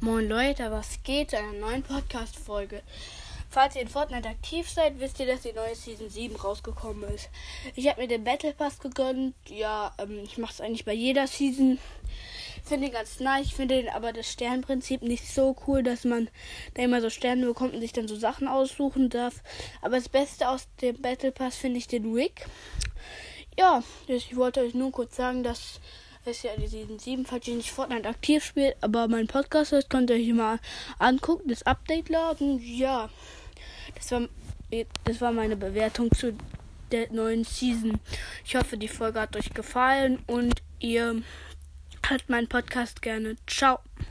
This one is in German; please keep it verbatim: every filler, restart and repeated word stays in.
Moin Leute, was geht zu einer neuen Podcast-Folge? Falls ihr in Fortnite aktiv seid, wisst ihr, dass die neue Season sieben rausgekommen ist. Ich habe mir den Battle Pass gegönnt. Ja, ähm, ich mache es eigentlich bei jeder Season. Finde ihn ganz nice. Ich finde den aber das Sternprinzip nicht so cool, dass man da immer so Sterne bekommt und sich dann so Sachen aussuchen darf. Aber das Beste aus dem Battle Pass finde ich den Rig. Ja, ich wollte euch nur kurz sagen, dass es ist ja die Season sieben, falls ihr nicht Fortnite aktiv spielt, aber mein Podcast ist, könnt ihr euch mal angucken, das Update laden. Ja, das war, das war meine Bewertung zu der neuen Season. Ich hoffe, die Folge hat euch gefallen und ihr hört meinen Podcast gerne. Ciao.